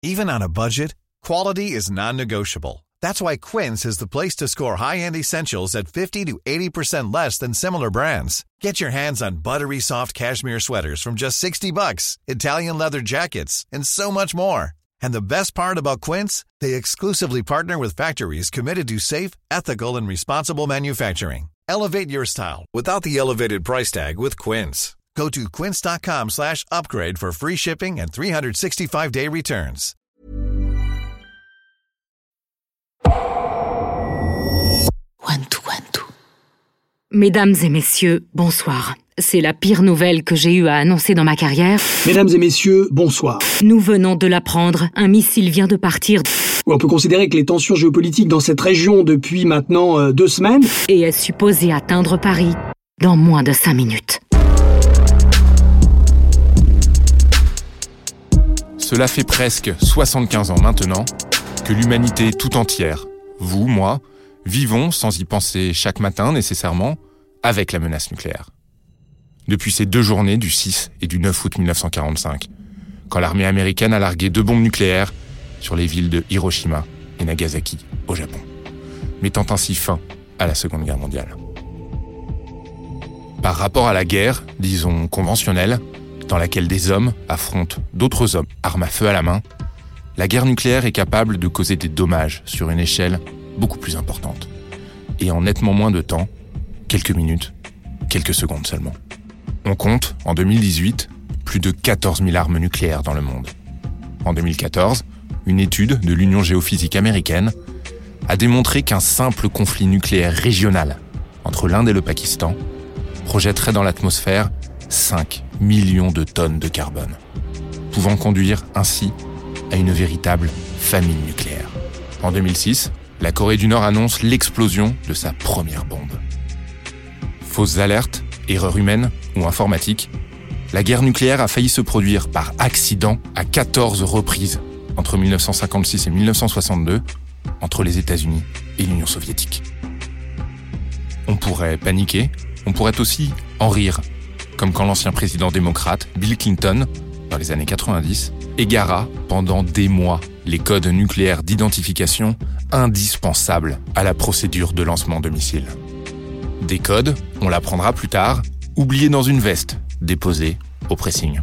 Even on a budget, quality is non-negotiable. That's why Quince is the place to score high-end essentials at 50 to 80% less than similar brands. Get your hands on buttery soft cashmere sweaters from just $60, Italian leather jackets, and so much more. And the best part about Quince, they exclusively partner with factories committed to safe, ethical, and responsible manufacturing. Elevate your style without the elevated price tag with Quince. Go to quince.com/upgrade for free shipping and 365-day returns. One, two. Mesdames et messieurs, bonsoir. C'est la pire nouvelle que j'ai eu à annoncer dans ma carrière. Mesdames et messieurs, bonsoir. Nous venons de l'apprendre, un missile vient de partir. On peut considérer que les tensions géopolitiques dans cette région depuis maintenant 2 semaines... Et est supposé atteindre Paris dans moins de 5 minutes. Cela fait presque 75 ans maintenant que l'humanité tout entière, vous, moi, vivons sans y penser chaque matin nécessairement avec la menace nucléaire. Depuis ces 2 journées du 6 et du 9 août 1945, quand l'armée américaine a largué 2 bombes nucléaires sur les villes de Hiroshima et Nagasaki au Japon, mettant ainsi fin à la Seconde Guerre mondiale. Par rapport à la guerre, disons conventionnelle, dans laquelle des hommes affrontent d'autres hommes, armes à feu à la main, la guerre nucléaire est capable de causer des dommages sur une échelle beaucoup plus importante. Et en nettement moins de temps, quelques minutes, quelques secondes seulement. On compte, en 2018, plus de 14 000 armes nucléaires dans le monde. En 2014, une étude de l'Union géophysique américaine a démontré qu'un simple conflit nucléaire régional entre l'Inde et le Pakistan projetterait dans l'atmosphère 5 millions de tonnes de carbone, pouvant conduire ainsi à une véritable famine nucléaire. En 2006, la Corée du Nord annonce l'explosion de sa première bombe. Fausses alertes, erreurs humaines ou informatiques, la guerre nucléaire a failli se produire par accident à 14 reprises entre 1956 et 1962, entre les États-Unis et l'Union soviétique. On pourrait paniquer, on pourrait aussi en rire, comme quand l'ancien président démocrate, Bill Clinton, dans les années 90, égara pendant des mois les codes nucléaires d'identification indispensables à la procédure de lancement de missiles. Des codes, on l'apprendra plus tard, oubliés dans une veste, déposée au pressing.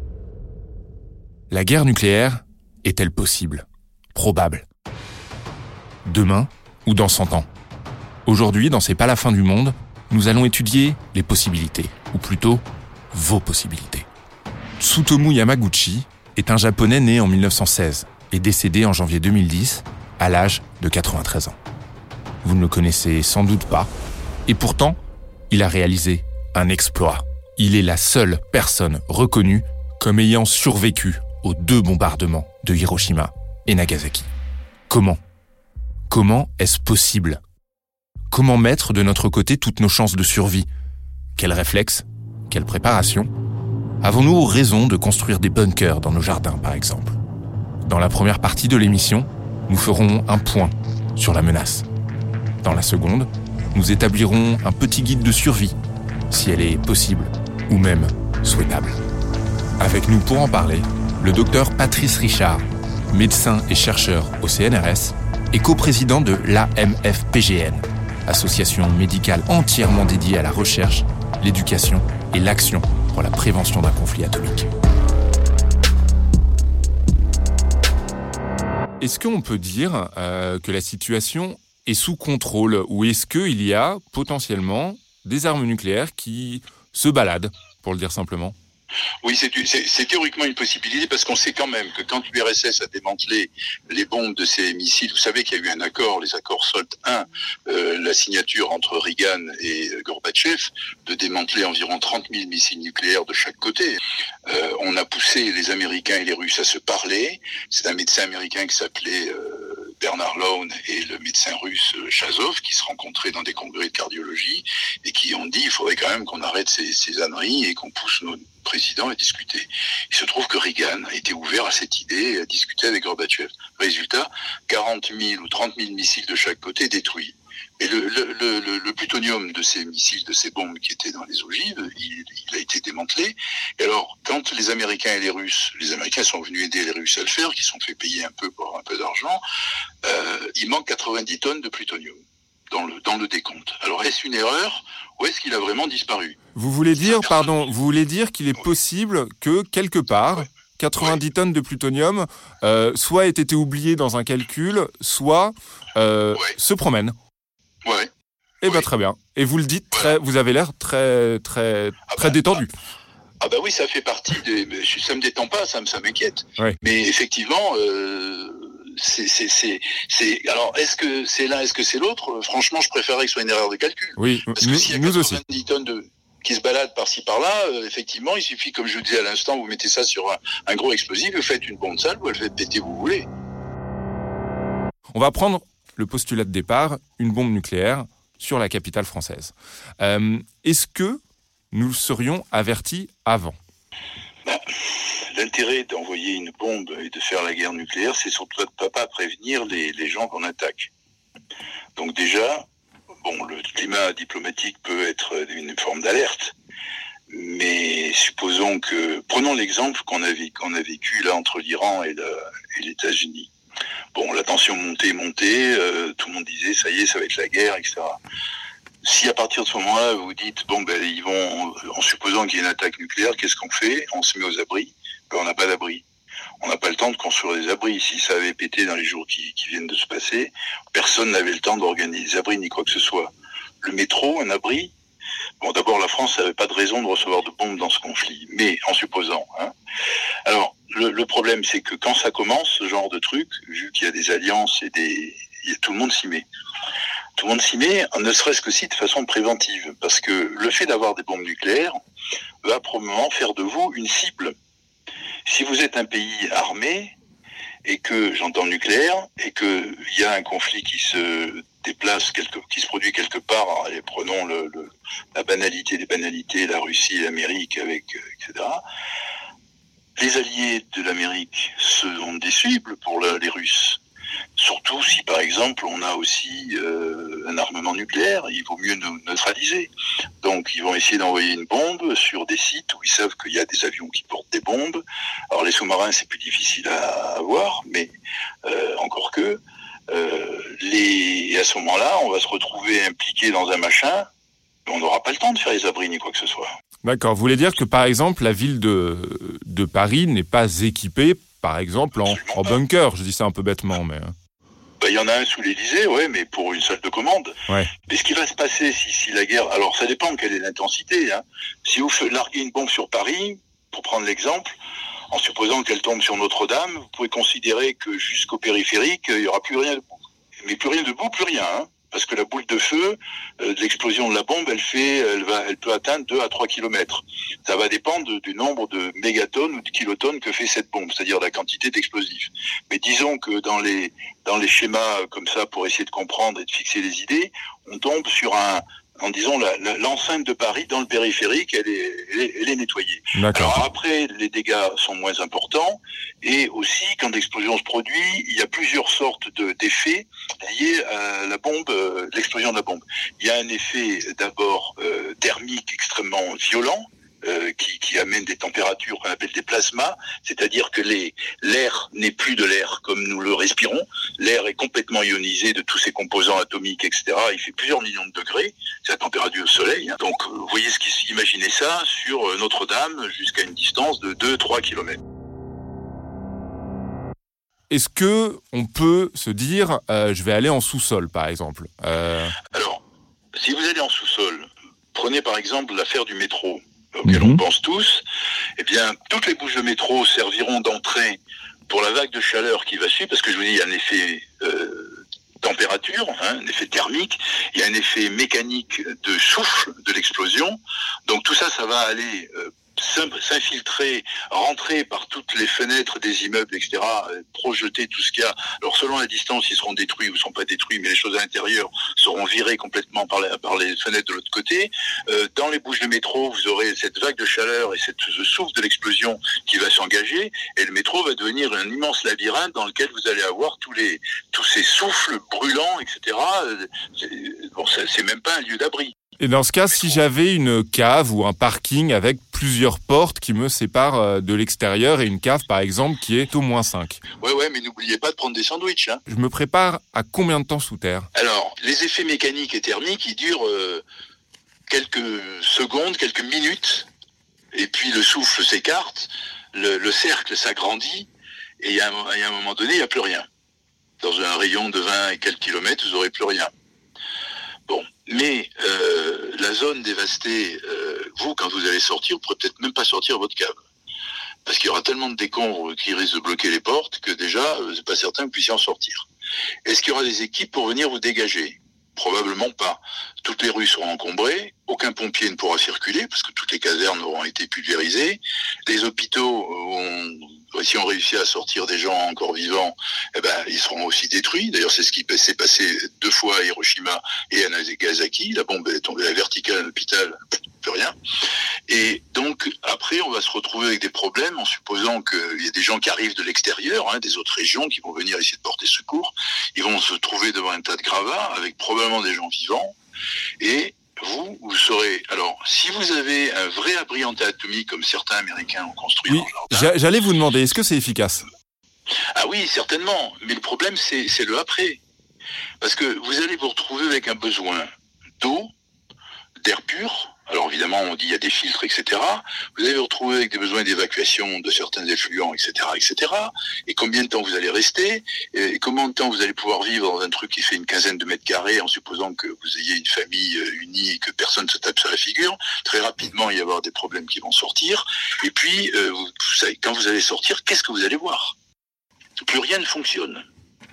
La guerre nucléaire est-elle possible ? Probable. Demain ou dans 100 ans ? Aujourd'hui, dans C'est pas la fin du monde, nous allons étudier les possibilités, ou plutôt vos possibilités. Tsutomu Yamaguchi est un Japonais né en 1916 et décédé en janvier 2010 à l'âge de 93 ans. Vous ne le connaissez sans doute pas, et pourtant, il a réalisé un exploit. Il est la seule personne reconnue comme ayant survécu aux 2 bombardements de Hiroshima et Nagasaki. Comment est-ce possible ? Comment mettre de notre côté toutes nos chances de survie ? Quels réflexes ? Quelle préparation ? Avons-nous raison de construire des bunkers dans nos jardins, par exemple ? Dans la première partie de l'émission, nous ferons un point sur la menace. Dans la seconde, nous établirons un petit guide de survie, si elle est possible ou même souhaitable. Avec nous pour en parler, le docteur Patrice Richard, médecin et chercheur au CNRS et coprésident de l'AMF-PGN, association médicale entièrement dédiée à la recherche, l'éducation et l'action pour la prévention d'un conflit atomique. Est-ce qu'on peut dire que la situation est sous contrôle ou est-ce qu'il y a potentiellement des armes nucléaires qui se baladent, pour le dire simplement ? Oui, c'est théoriquement une possibilité parce qu'on sait quand même que quand l'URSS a démantelé les bombes de ses missiles, vous savez qu'il y a eu un accord, les accords SALT I, la signature entre Reagan et Gorbatchev, de démanteler environ 30 000 missiles nucléaires de chaque côté. On a poussé les Américains et les Russes à se parler. C'est un médecin américain qui s'appelait Bernard Lone et le médecin russe Chazov qui se rencontraient dans des congrès de cardiologie et qui ont dit il faudrait quand même qu'on arrête ces âneries et qu'on pousse nos présidents à discuter. Il se trouve que Reagan a été ouvert à cette idée et a discuté avec Gorbatchev. Résultat, 40 000 ou 30 000 missiles de chaque côté détruits. Et le plutonium de ces missiles, de ces bombes qui étaient dans les ogives, il a été démantelé. Et alors, quand les Américains sont venus aider les Russes à le faire, qui sont fait payer un peu pour un peu d'argent, il manque 90 tonnes de plutonium dans le décompte. Alors, est-ce une erreur ou est-ce qu'il a vraiment disparu ? Vous voulez dire qu'il est possible que, quelque part, 90 tonnes de plutonium soit aient été oubliées dans un calcul, soit se promènent. Ouais. Eh bien, très bien. Et vous le dites, vous avez l'air très détendu. Ah bah oui, ça fait partie ça me détend pas, ça m'inquiète. Ouais. Mais effectivement, alors, est-ce que c'est l'un, est-ce que c'est l'autre ? Franchement, je préférerais que ce soit une erreur de calcul. Oui, parce que s'il y a nous 90 aussi. tonnes qui se baladent par-ci par-là, effectivement, il suffit, comme je vous disais à l'instant, vous mettez ça sur un gros explosif, vous faites une bombe sale, vous le faites péter où vous voulez. On va prendre le postulat de départ, une bombe nucléaire sur la capitale française. Est-ce que nous serions avertis avant ? L'intérêt d'envoyer une bombe et de faire la guerre nucléaire, c'est surtout de ne pas prévenir les gens qu'on attaque. Donc déjà, le climat diplomatique peut être une forme d'alerte, mais prenons l'exemple qu'on a vécu là entre l'Iran et les États-Unis. La tension montait, tout le monde disait ça y est, ça va être la guerre, etc. Si à partir de ce moment-là, vous dites, ils vont, en supposant qu'il y ait une attaque nucléaire, qu'est-ce qu'on fait ? On se met aux abris. On n'a pas d'abri. On n'a pas le temps de construire des abris. Si ça avait pété dans les jours qui viennent de se passer, personne n'avait le temps d'organiser des abris ni quoi que ce soit. Le métro, un abri. D'abord, la France n'avait pas de raison de recevoir de bombes dans ce conflit, mais en supposant. Alors, le problème, c'est que quand ça commence, ce genre de truc, vu qu'il y a des alliances tout le monde s'y met. Tout le monde s'y met, ne serait-ce que de façon préventive, parce que le fait d'avoir des bombes nucléaires va probablement faire de vous une cible. Si vous êtes un pays armé, et que, j'entends nucléaire, et qu'il y a un conflit qui se déplace, qui se produit quelque part, allez, prenons la banalité des banalités, la Russie et l'Amérique, etc., les alliés de l'Amérique sont des cibles pour les Russes. Surtout si, par exemple, on a aussi un armement nucléaire, il vaut mieux nous neutraliser. Donc, ils vont essayer d'envoyer une bombe sur des sites où ils savent qu'il y a des avions qui portent des bombes. Alors, les sous-marins, c'est plus difficile à avoir, mais encore que. Et à ce moment-là, on va se retrouver impliqué dans un machin, on n'aura pas le temps de faire les abris ni quoi que ce soit. D'accord. Vous voulez dire que, par exemple, la ville de Paris n'est pas équipée, par exemple, en bunker. Je dis ça un peu bêtement, mais... Il y en a un sous l'Élysée, mais pour une salle de commande. Ouais. Mais ce qui va se passer si la guerre... Alors, ça dépend de quelle est l'intensité. Si vous larguez une bombe sur Paris, pour prendre l'exemple, en supposant qu'elle tombe sur Notre-Dame, vous pouvez considérer que jusqu'au périphérique, il n'y aura plus rien debout. Mais plus rien debout, plus rien, parce que la boule de feu, de l'explosion de la bombe, elle peut atteindre 2 à 3 kilomètres. Ça va dépendre du nombre de mégatonnes ou de kilotonnes que fait cette bombe, c'est-à-dire la quantité d'explosifs. Mais disons que dans les schémas comme ça, pour essayer de comprendre et de fixer les idées, on tombe sur l'enceinte de Paris dans le périphérique, elle est nettoyée. D'accord. Alors après, les dégâts sont moins importants, et aussi quand l'explosion se produit, il y a plusieurs sortes d'effets liés à la bombe, l'explosion de la bombe. Il y a un effet d'abord thermique extrêmement violent, qui amène des températures qu'on appelle des plasmas, c'est-à-dire que l'air n'est plus de l'air comme nous le respirons, l'air est complètement ionisé de tous ses composants atomiques, etc. Il fait plusieurs millions de degrés, c'est la température du soleil. Donc vous voyez imaginez ça sur Notre-Dame jusqu'à une distance de 2-3 kilomètres. Est-ce que on peut se dire, je vais aller en sous-sol, par exemple Alors, si vous allez en sous-sol, prenez par exemple l'affaire du métro, auquel on pense tous, toutes les bouches de métro serviront d'entrée pour la vague de chaleur qui va suivre, parce que je vous dis, il y a un effet température, un effet thermique, il y a un effet mécanique de souffle de l'explosion, donc tout ça, ça va aller s'infiltrer, rentrer par toutes les fenêtres des immeubles, etc., projeter tout ce qu'il y a. Alors selon la distance, ils seront détruits ou ne sont pas détruits, mais les choses à l'intérieur seront virées complètement par les fenêtres de l'autre côté. Dans les bouches de métro, vous aurez cette vague de chaleur et ce souffle de l'explosion qui va s'engager, et le métro va devenir un immense labyrinthe dans lequel vous allez avoir tous ces souffles brûlants, etc. C'est même pas un lieu d'abri. Et dans ce cas, si j'avais une cave ou un parking avec plusieurs portes qui me séparent de l'extérieur et une cave, par exemple, qui est au -5. Ouais, mais n'oubliez pas de prendre des sandwichs. Hein. Je me prépare à combien de temps sous terre ? Alors, les effets mécaniques et thermiques, ils durent quelques secondes, quelques minutes, et puis le souffle s'écarte, le cercle s'agrandit, et à un moment donné, il n'y a plus rien. Dans un rayon de 20 et quelques kilomètres, vous n'aurez plus rien. Bon, mais la zone dévastée, vous, quand vous allez sortir, vous ne pourrez peut-être même pas sortir votre cave. Parce qu'il y aura tellement de décombres qui risquent de bloquer les portes que déjà, c'est pas certain que vous puissiez en sortir. Est-ce qu'il y aura des équipes pour venir vous dégager ? Probablement pas. Toutes les rues seront encombrées, aucun pompier ne pourra circuler parce que toutes les casernes auront été pulvérisées. Les hôpitaux, si on réussit à sortir des gens encore vivants, ils seront aussi détruits. D'ailleurs, c'est ce qui s'est passé 2 fois à Hiroshima et à Nagasaki. La bombe est tombée à la verticale à l'hôpital, plus rien. Et donc, après, on va se retrouver avec des problèmes en supposant qu'il y a des gens qui arrivent de l'extérieur, des autres régions, qui vont venir essayer de porter secours. Ils vont se trouver devant un tas de gravats avec probablement des gens vivants. Et vous serez... Alors, si vous avez un vrai abri anti-atomique, comme certains Américains ont construit dans le jardin... J'allais vous demander, est-ce que c'est efficace ? Ah oui, certainement. Mais le problème, c'est le après. Parce que vous allez vous retrouver avec un besoin d'eau, d'air pur. Alors évidemment, on dit il y a des filtres, etc. Vous allez vous retrouver avec des besoins d'évacuation de certains effluents, etc., etc. Et combien de temps vous allez rester ? Et combien de temps vous allez pouvoir vivre dans un truc qui fait une quinzaine de mètres carrés en supposant que vous ayez une famille unie et que personne ne se tape sur la figure ? Très rapidement, il va y avoir des problèmes qui vont sortir. Et puis, vous savez, quand vous allez sortir, qu'est-ce que vous allez voir ? Plus rien ne fonctionne.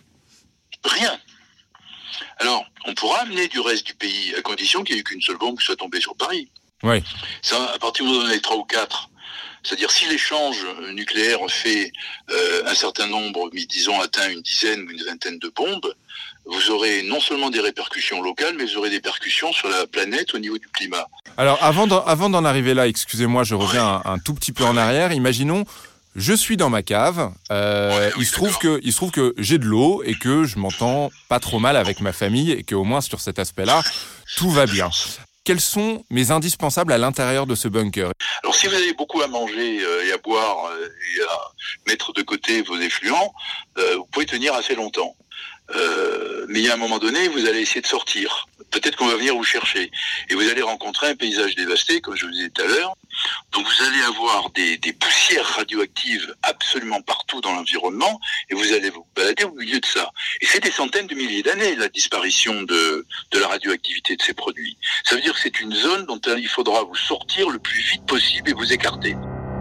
Rien. Alors, on pourra amener du reste du pays à condition qu'il n'y ait eu qu'une seule bombe qui soit tombée sur Paris. Oui. Ça, à partir du moment où on en a 3 ou 4, c'est-à-dire si l'échange nucléaire fait un certain nombre, disons atteint une dizaine ou une vingtaine de bombes, vous aurez non seulement des répercussions locales, mais vous aurez des répercussions sur la planète au niveau du climat. Alors, avant d'en arriver là, excusez-moi, je reviens un tout petit peu en arrière. Imaginons... Je suis dans ma cave, il se trouve que j'ai de l'eau et que je m'entends pas trop mal avec ma famille et qu'au moins sur cet aspect-là, tout va bien. Quels sont mes indispensables à l'intérieur de ce bunker ? Alors si vous avez beaucoup à manger et à boire et à mettre de côté vos effluents, vous pouvez tenir assez longtemps. Mais il y a un moment donné, vous allez essayer de sortir. Peut-être qu'on va venir vous chercher. Et vous allez rencontrer un paysage dévasté, comme je vous disais tout à l'heure. Donc vous allez avoir des poussières radioactives absolument partout dans l'environnement, et vous allez vous balader au milieu de ça. Et c'est des centaines de milliers d'années, la disparition de la radioactivité de ces produits. Ça veut dire que c'est une zone dont il faudra vous sortir le plus vite possible et vous écarter.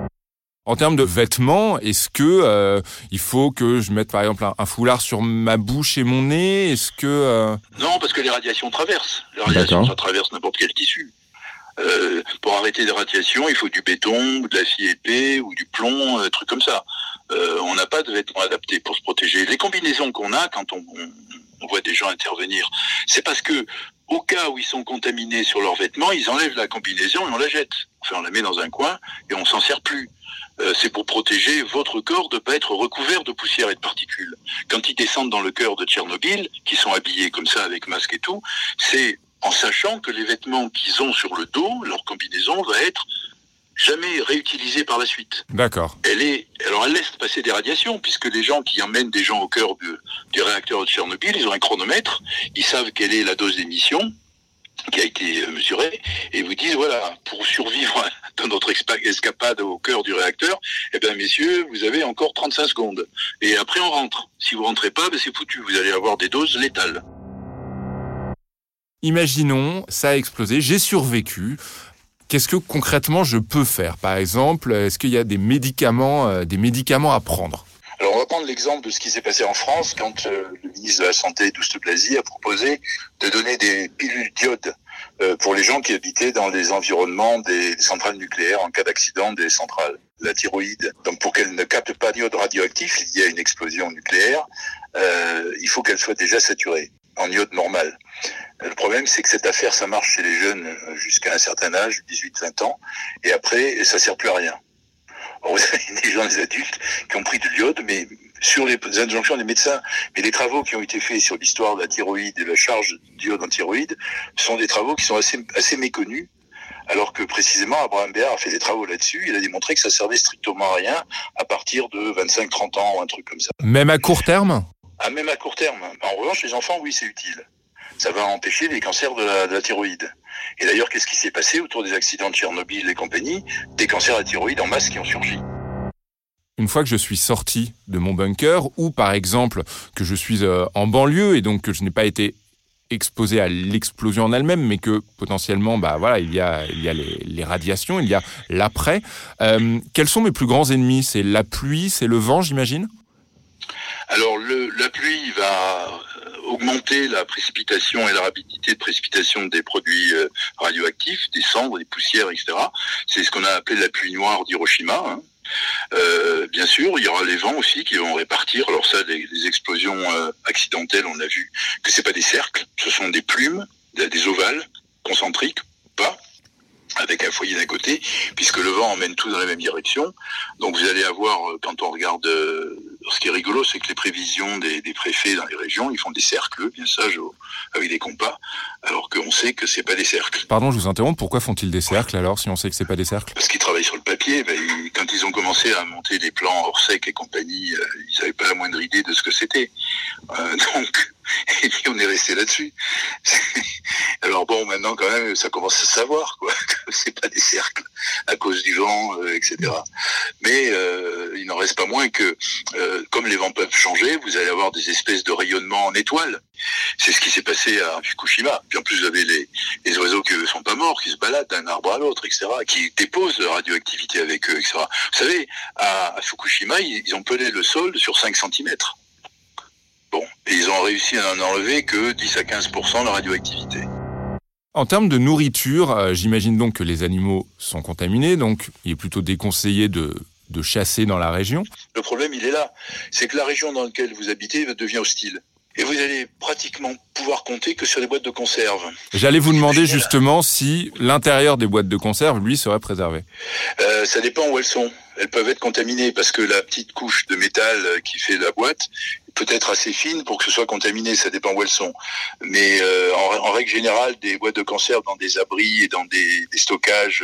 En termes de vêtements, est-ce que il faut que je mette par exemple un foulard sur ma bouche et mon nez ? Est-ce que Non, parce que les radiations traversent. Les radiations, ça traverse n'importe quel tissu. Pour arrêter les radiations, il faut du béton, de l'acier épais ou du plomb, des trucs comme ça. On n'a pas de vêtements adaptés pour se protéger. Les combinaisons qu'on a quand on voit des gens intervenir, c'est parce que au cas où ils sont contaminés sur leurs vêtements, ils enlèvent la combinaison et on la jette. Enfin, on la met dans un coin et on s'en sert plus. C'est pour protéger votre corps de ne pas être recouvert de poussière et de particules. Quand ils descendent dans le cœur de Tchernobyl, qui sont habillés comme ça avec masque et tout, c'est en sachant que les vêtements qu'ils ont sur le dos, leur combinaison, va être jamais réutilisée par la suite. D'accord. Elle laisse passer des radiations, puisque les gens qui emmènent des gens au cœur du réacteur de Tchernobyl, ils ont un chronomètre, ils savent quelle est la dose d'émission qui a été mesurée, et vous disent, voilà, pour survivre dans notre escapade au cœur du réacteur, eh bien, messieurs, vous avez encore 35 secondes. Et après, on rentre. Si vous rentrez pas, c'est foutu. Vous allez avoir des doses létales. Imaginons, ça a explosé, j'ai survécu. Qu'est-ce que concrètement je peux faire ? Par exemple, est-ce qu'il y a des médicaments à prendre ? Alors on va prendre l'exemple de ce qui s'est passé en France quand le ministre de la Santé, Douste Blazy, a proposé de donner des pilules d'iode pour les gens qui habitaient dans les environnements des centrales nucléaires en cas d'accident des centrales. La thyroïde, donc pour qu'elle ne capte pas d'iode radioactif lié à une explosion nucléaire, il faut qu'elle soit déjà saturée en iode normal. Le problème, c'est que cette affaire, ça marche chez les jeunes jusqu'à un certain âge, 18-20 ans, et après, ça sert plus à rien. Alors, vous avez des gens, des adultes, qui ont pris de l'iode, mais sur les injonctions des médecins, mais les travaux qui ont été faits sur l'histoire de la thyroïde et la charge d'iode en thyroïde sont des travaux qui sont assez méconnus, alors que précisément Abraham Béard a fait des travaux là-dessus. Il a démontré que ça servait strictement à rien à partir de 25-30 ans ou un truc comme ça. Même à court terme ? Ah, même à court terme. En revanche, les enfants, oui, c'est utile. Ça va empêcher les cancers de la thyroïde. Et d'ailleurs, qu'est-ce qui s'est passé autour des accidents de Tchernobyl et compagnie ? Des cancers à la thyroïde en masse qui ont surgi. Une fois que je suis sorti de mon bunker, ou par exemple que je suis en banlieue et donc que je n'ai pas été exposé à l'explosion en elle-même, mais que potentiellement, il y a les radiations, il y a l'après. Quels sont mes plus grands ennemis ? C'est la pluie, c'est le vent, j'imagine ? Alors, la pluie va augmenter la précipitation et la rapidité de précipitation des produits radioactifs, des cendres, des poussières, etc. C'est ce qu'on a appelé la pluie noire d'Hiroshima, hein. Bien sûr, il y aura les vents aussi qui vont répartir. Alors ça, les explosions accidentelles, on a vu que c'est pas des cercles, ce sont des plumes, des ovales concentriques, pas, avec un foyer d'un côté, puisque le vent emmène tout dans la même direction. Donc vous allez avoir, quand on regarde, ce qui est rigolo, c'est que les prévisions des préfets dans les régions, ils font des cercles, bien sages, avec des compas, alors qu'on sait que c'est pas des cercles. Pardon, je vous interromps, pourquoi font-ils des cercles alors, si on sait que c'est pas des cercles ? Parce qu'ils travaillent sur le papier, quand ils ont commencé à monter les plans Orsec et compagnie, ils n'avaient pas la moindre idée de ce que c'était. Donc, et puis on est resté là-dessus. Alors bon, maintenant quand même, ça commence à se savoir, quoi, que c'est pas des cercles à cause du vent, etc. Mais il n'en reste pas moins que, comme les vents peuvent changer, vous allez avoir des espèces de rayonnements en étoiles. C'est ce qui s'est passé à Fukushima. Puis en plus, vous avez les oiseaux qui ne sont pas morts, qui se baladent d'un arbre à l'autre, etc., qui déposent la radioactivité avec eux, etc. Vous savez, à Fukushima, ils ont pelé le sol sur 5 cm. Bon, et ils ont réussi à n'en enlever que 10 à 15% de la radioactivité. En termes de nourriture, j'imagine donc que les animaux sont contaminés, donc il est plutôt déconseillé de chasser dans la région. Le problème, il est là. C'est que la région dans laquelle vous habitez devient hostile. Et vous allez pratiquement pouvoir compter que sur les boîtes de conserve. J'allais vous demander justement si l'intérieur des boîtes de conserve, lui, serait préservé. Ça dépend où elles sont. Elles peuvent être contaminées parce que la petite couche de métal qui fait la boîte peut être assez fine pour que ce soit contaminé. Ça dépend où elles sont. Mais en règle générale, des boîtes de conserve dans des abris et dans des stockages,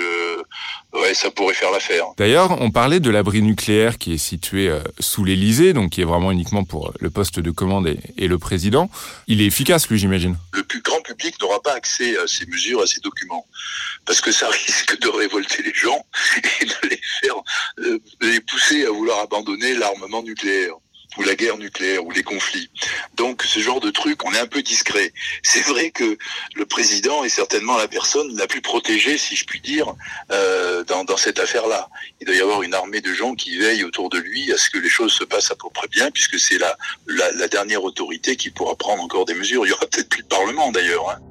ça pourrait faire l'affaire. D'ailleurs, on parlait de l'abri nucléaire qui est situé sous l'Élysée, donc qui est vraiment uniquement pour le poste de commande et le président. Il est efficace, lui, j'imagine. Le plus grand public n'aura pas accès à ces mesures, à ces documents, parce que ça risque de révolter les gens et de les faire, de les pousser à vouloir abandonner l'armement nucléaire, ou la guerre nucléaire, ou les conflits. Donc, ce genre de truc, on est un peu discret. C'est vrai que le président est certainement la personne la plus protégée, si je puis dire, dans cette affaire-là. Il doit y avoir une armée de gens qui veillent autour de lui à ce que les choses se passent à peu près bien, puisque c'est la dernière autorité qui pourra prendre encore des mesures. Il y aura peut-être plus de parlement, d'ailleurs, hein.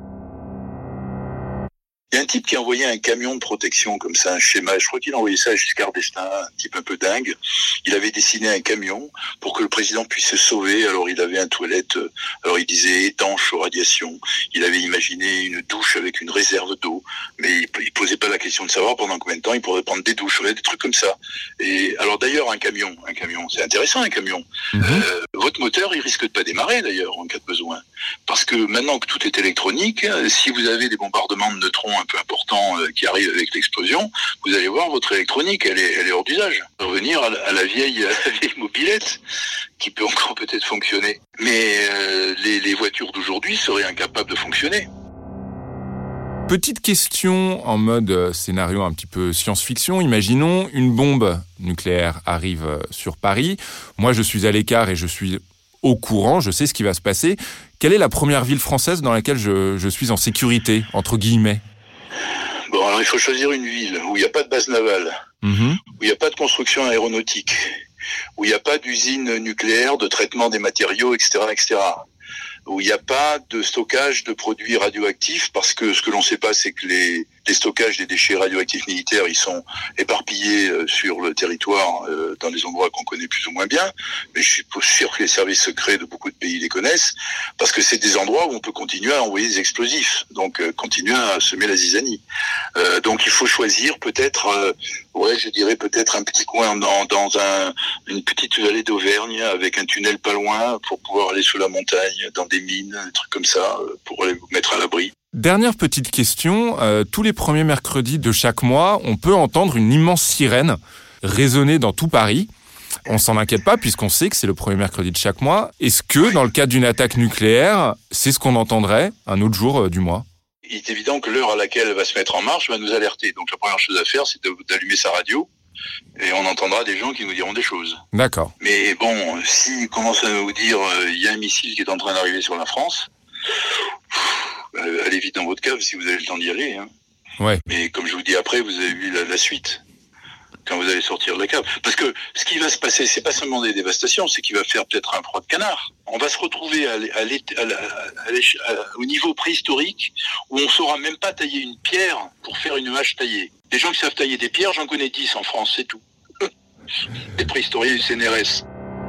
Il y a un type qui a envoyé un camion de protection comme ça, un schéma. Je crois qu'il a envoyé ça à Giscard d'Estaing, un type un peu dingue. Il avait dessiné un camion pour que le président puisse se sauver. Alors il avait une toilette, alors il disait étanche aux radiations. Il avait imaginé une douche avec une réserve d'eau, mais il posait pas la question de savoir pendant combien de temps il pourrait prendre des douches, des trucs comme ça. Et alors d'ailleurs un camion, c'est intéressant un camion. Votre moteur, il risque de pas démarrer d'ailleurs en cas de besoin, parce que maintenant que tout est électronique, si vous avez des bombardements de neutrons un peu important qui arrive avec l'explosion, vous allez voir votre électronique, elle est hors d'usage. Revenir à la vieille mobilette qui peut encore peut-être fonctionner. Mais les voitures d'aujourd'hui seraient incapables de fonctionner. Petite question en mode scénario un petit peu science-fiction. Imaginons une bombe nucléaire arrive sur Paris. Moi, je suis à l'écart et je suis au courant, je sais ce qui va se passer. Quelle est la première ville française dans laquelle je suis en sécurité, entre guillemets ? Bon, alors il faut choisir une ville où il n'y a pas de base navale, où il n'y a pas de construction aéronautique, où il n'y a pas d'usine nucléaire, de traitement des matériaux, etc., etc. où il n'y a pas de stockage de produits radioactifs, parce que ce que l'on ne sait pas, c'est que les stockages des déchets radioactifs militaires, ils sont éparpillés sur le territoire, dans des endroits qu'on connaît plus ou moins bien, mais je suis pas sûr que les services secrets de beaucoup de pays les connaissent, parce que c'est des endroits où on peut continuer à envoyer des explosifs, donc continuer à semer la zizanie. Donc il faut choisir peut-être, je dirais peut-être un petit coin dans une petite vallée d'Auvergne, avec un tunnel pas loin, pour pouvoir aller sous la montagne, dans des mines, des trucs comme ça, pour aller vous mettre à l'abri. Dernière petite question, tous les premiers mercredis de chaque mois, on peut entendre une immense sirène résonner dans tout Paris. On s'en inquiète pas puisqu'on sait que c'est le premier mercredi de chaque mois. Est-ce que, dans le cas d'une attaque nucléaire, c'est ce qu'on entendrait un autre jour du mois ? Il est évident que l'heure à laquelle elle va se mettre en marche va nous alerter. Donc la première chose à faire, c'est d'allumer sa radio, et on entendra des gens qui nous diront des choses. D'accord. Mais bon, s'ils commencent à nous dire il y a un missile qui est en train d'arriver sur la France, allez vite dans votre cave si vous avez le temps d'y aller. Hein. Ouais. Mais comme je vous dis après, vous avez vu la suite quand vous allez sortir de la cave. Parce que ce qui va se passer, c'est pas seulement des dévastations, c'est qu'il va faire peut-être un froid de canard. On va se retrouver au niveau préhistorique où on saura même pas tailler une pierre pour faire une hache taillée. Les gens qui savent tailler des pierres, j'en connais 10 en France, c'est tout. Les préhistoriens du CNRS.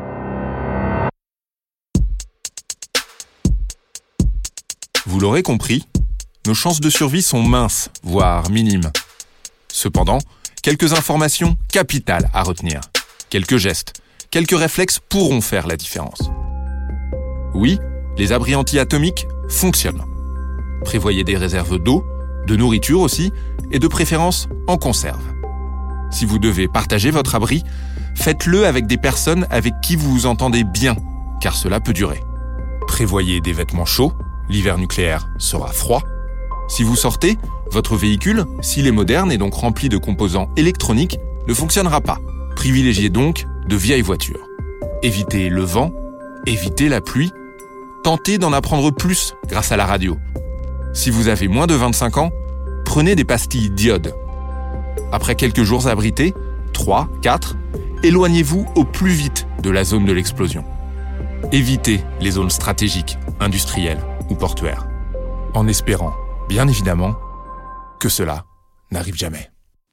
Vous l'aurez compris, nos chances de survie sont minces, voire minimes. Cependant, quelques informations capitales à retenir. Quelques gestes, quelques réflexes pourront faire la différence. Oui, les abris anti-atomiques fonctionnent. Prévoyez des réserves d'eau, de nourriture aussi, et de préférence en conserve. Si vous devez partager votre abri, faites-le avec des personnes avec qui vous vous entendez bien, car cela peut durer. Prévoyez des vêtements chauds, l'hiver nucléaire sera froid. Si vous sortez, votre véhicule, s'il est moderne et donc rempli de composants électroniques, ne fonctionnera pas. Privilégiez donc de vieilles voitures. Évitez le vent, évitez la pluie. Tentez d'en apprendre plus grâce à la radio. Si vous avez moins de 25 ans, prenez des pastilles d'iode. Après quelques jours abrités, 3, 4, éloignez-vous au plus vite de la zone de l'explosion. Évitez les zones stratégiques, industrielles ou portuaires. En espérant, bien évidemment, que cela n'arrive jamais.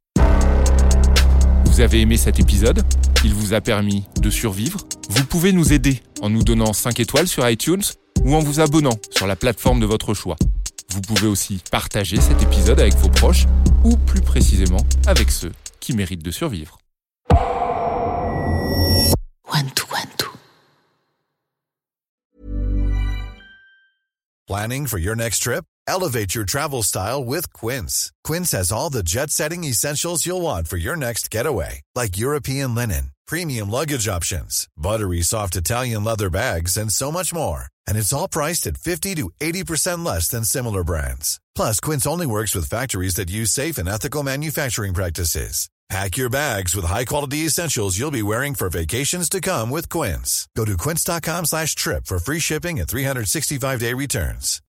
Vous avez aimé cet épisode ? Il vous a permis de survivre ? Vous pouvez nous aider en nous donnant 5 étoiles sur iTunes ou en vous abonnant sur la plateforme de votre choix. Vous pouvez aussi partager cet épisode avec vos proches ou plus précisément avec ceux qui méritent de survivre. Planning for your next trip? Elevate your travel style with Quince. Quince has all the jet-setting essentials you'll want for your next getaway, like European linen, premium luggage options, buttery soft Italian leather bags, and so much more. And it's all priced at 50 to 80% less than similar brands. Plus, Quince only works with factories that use safe and ethical manufacturing practices. Pack your bags with high-quality essentials you'll be wearing for vacations to come with Quince. Go to quince.com/trip for free shipping and 365-day returns.